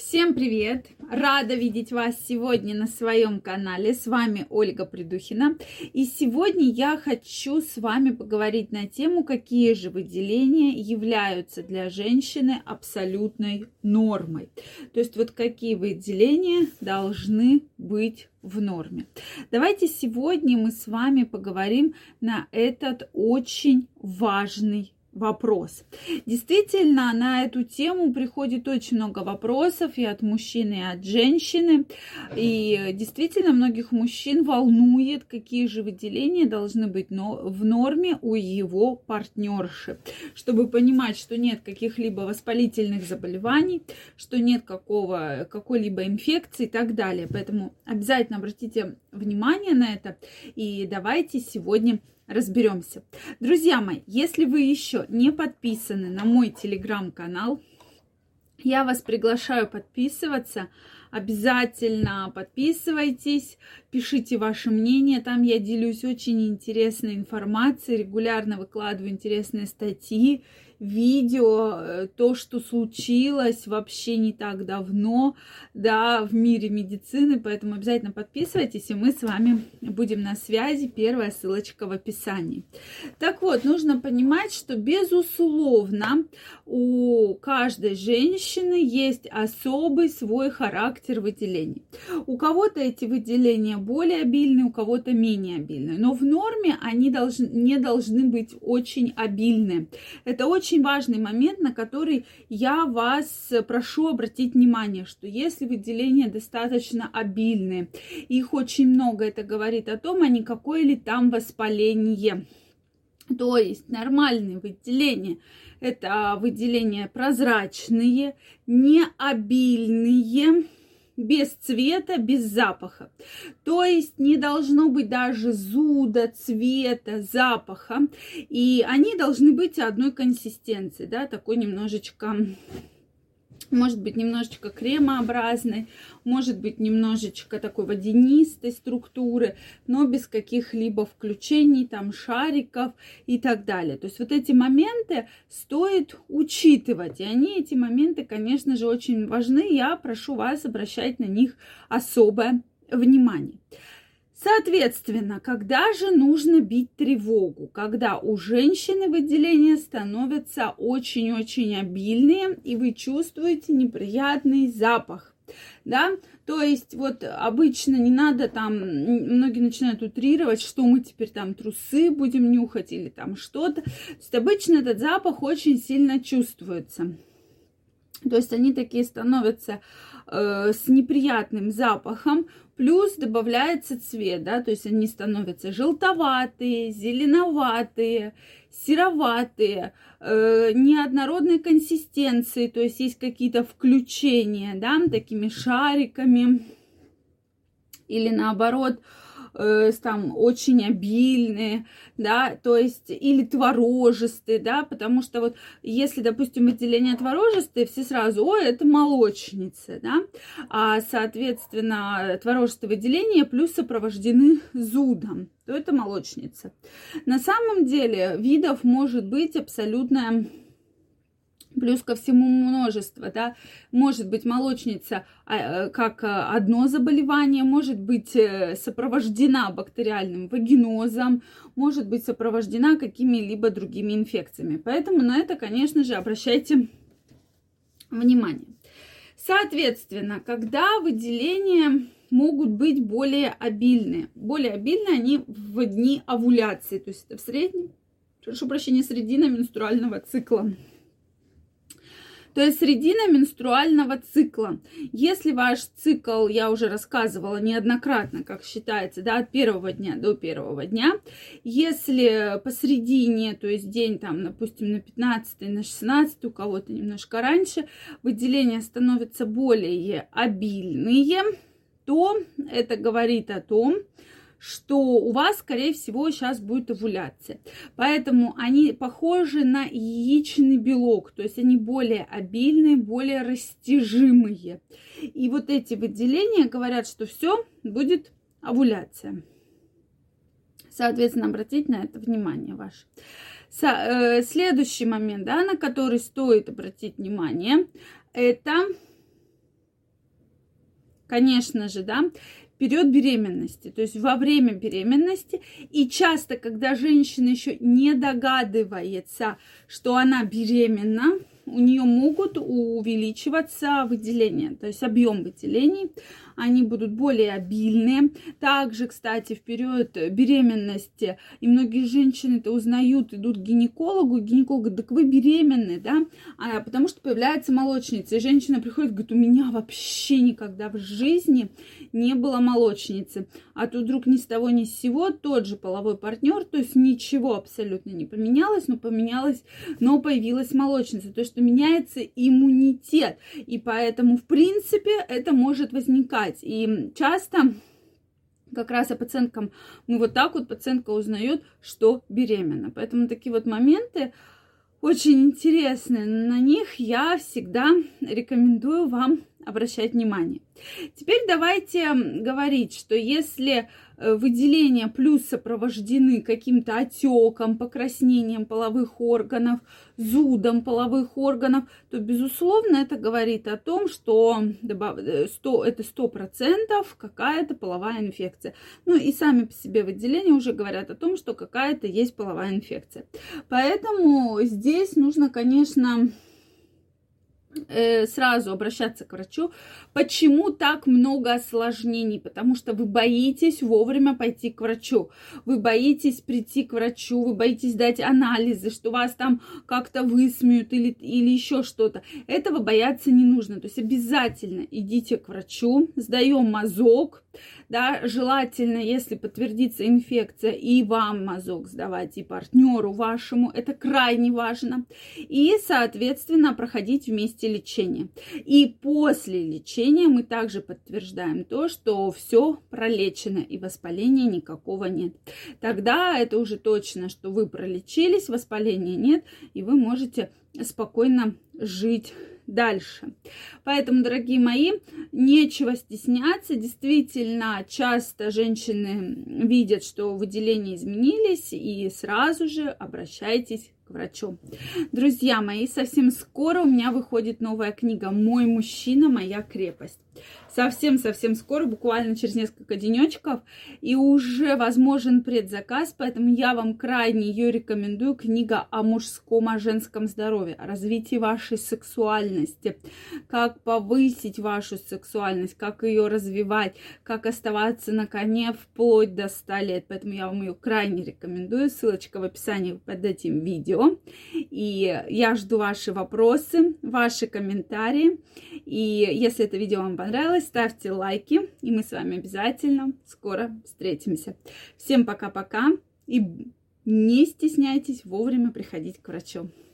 Всем привет! Рада видеть вас сегодня на своем канале. С вами Ольга Придухина. И сегодня я хочу с вами поговорить на тему, какие же выделения являются для женщины абсолютной нормой. То есть вот какие выделения должны быть в норме. Давайте сегодня мы с вами поговорим на этот очень важный вопрос. Действительно, на эту тему приходит очень много вопросов и от мужчины, и от женщины. И действительно, многих мужчин волнует, какие же выделения должны быть в норме у его партнерши. Чтобы понимать, что нет каких-либо воспалительных заболеваний, что нет какой-либо инфекции и так далее. Поэтому обязательно обратите внимание на это. И давайте сегодня разберемся. Друзья мои, если вы еще не подписаны на мой телеграм-канал, я вас приглашаю подписываться. Обязательно подписывайтесь, пишите ваше мнение. Там я делюсь очень интересной информацией, регулярно выкладываю интересные статьи, видео, то, что случилось вообще не так давно, да, в мире медицины. Поэтому обязательно подписывайтесь, и мы с вами будем на связи. Первая ссылочка в описании. Так вот, нужно понимать, что безусловно у каждой женщины есть особый свой характер выделений. У кого-то эти выделения более обильные, у кого-то менее обильные. Но в норме они не должны быть очень обильные. Это очень важный момент, на который я вас прошу обратить внимание, что если выделения достаточно обильные, их очень много, это говорит о том, а не какое ли там воспаление. То есть нормальные выделения – это выделения прозрачные, необильные, без цвета, без запаха. То есть не должно быть даже зуда, цвета, запаха. И они должны быть одной консистенции, да, такой немножечко, может быть, немножечко кремообразной, может быть, немножечко такой водянистой структуры, но без каких-либо включений, там, шариков и так далее. То есть вот эти моменты стоит учитывать. И эти моменты, конечно же, очень важны. Я прошу вас обращать на них особое внимание. Соответственно, когда же нужно бить тревогу? Когда у женщины выделения становятся очень-очень обильные, и вы чувствуете неприятный запах. Да? То есть вот обычно не надо там, многие начинают утрировать, что мы теперь там трусы будем нюхать или там что-то. То есть обычно этот запах очень сильно чувствуется. То есть они такие становятся с неприятным запахом, плюс добавляется цвет, да, то есть они становятся желтоватые, зеленоватые, сероватые, неоднородной консистенции, то есть есть какие-то включения, да, такими шариками, или наоборот, там очень обильные, да, то есть или творожистые, да, потому что вот если, допустим, выделения творожистые, все сразу, ой, это молочница, да, а, соответственно, творожистые выделения плюс сопровождены зудом, то это молочница. На самом деле видов может быть абсолютно... Плюс ко всему множество, да, может быть молочница как одно заболевание, может быть сопровождена бактериальным вагинозом, может быть сопровождена какими-либо другими инфекциями. Поэтому на это, конечно же, обращайте внимание. Соответственно, когда выделения могут быть более обильные они в дни овуляции, то есть это в среднем, прошу прощения, середина менструального цикла. То есть середина менструального цикла. Если ваш цикл, я уже рассказывала неоднократно, как считается, да, от первого дня до первого дня. Если посередине, то есть день там, допустим, на 15, на 16, у кого-то немножко раньше, выделения становятся более обильные, то это говорит о том, что у вас, скорее всего, сейчас будет овуляция. Поэтому они похожи на яичный белок, то есть они более обильные, более растяжимые. И вот эти выделения говорят, что все, будет овуляция. Соответственно, обратите на это внимание ваше. Следующий момент, да, на который стоит обратить внимание, это конечно же, да, период беременности, то есть во время беременности. И часто, когда женщина еще не догадывается, что она беременна, у нее могут увеличиваться выделения, то есть объем выделений, они будут более обильные. Также, кстати, в период беременности, и многие женщины-то узнают, идут к гинекологу, и гинеколог говорит: так вы беременны, да, потому что появляется молочница, и женщина приходит и говорит: у меня вообще никогда в жизни не было молочницы, а тут вдруг ни с того ни с сего тот же половой партнер, то есть ничего абсолютно не поменялось, но появилась молочница, то есть что меняется иммунитет, и поэтому, в принципе, это может возникать. И часто как раз о пациенткам мы вот так вот, пациентка узнает, что беременна. Поэтому такие вот моменты очень интересные. На них я всегда рекомендую вам обращать внимание. Теперь давайте говорить, что если выделения плюс сопровождены каким-то отеком, покраснением половых органов, зудом половых органов, то, безусловно, это говорит о том, что это 100% какая-то половая инфекция. Ну и сами по себе выделения уже говорят о том, что какая-то есть половая инфекция. Поэтому здесь нужно, конечно, сразу обращаться к врачу. Почему так много осложнений? Потому что вы боитесь вовремя пойти к врачу. Вы боитесь прийти к врачу, вы боитесь дать анализы, что вас там как-то высмеют или еще что-то. Этого бояться не нужно. То есть обязательно идите к врачу, сдаем мазок. Да, желательно, если подтвердится инфекция, и вам мазок сдавать, и партнеру вашему, это крайне важно. И, соответственно, проходить вместе лечение. И после лечения мы также подтверждаем то, что все пролечено и воспаления никакого нет. Тогда это уже точно, что вы пролечились, воспаления нет, и вы можете спокойно жить дальше. Поэтому, дорогие мои, нечего стесняться. Действительно, часто женщины видят, что выделения изменились, и сразу же обращайтесь к врачу. Друзья мои, совсем скоро у меня выходит новая книга «Мой мужчина, моя крепость». Совсем-совсем скоро, буквально через несколько денечков, и уже возможен предзаказ, поэтому я вам крайне ее рекомендую. Книга о мужском, о женском здоровье, о развитии вашей сексуальности, как повысить вашу сексуальность, как ее развивать, как оставаться на коне вплоть до 100 лет. Поэтому я вам ее крайне рекомендую. Ссылочка в описании под этим видео. И я жду ваши вопросы, ваши комментарии. И если это видео вам понравилось, ставьте лайки, и мы с вами обязательно скоро встретимся. Всем пока-пока, и не стесняйтесь вовремя приходить к врачу.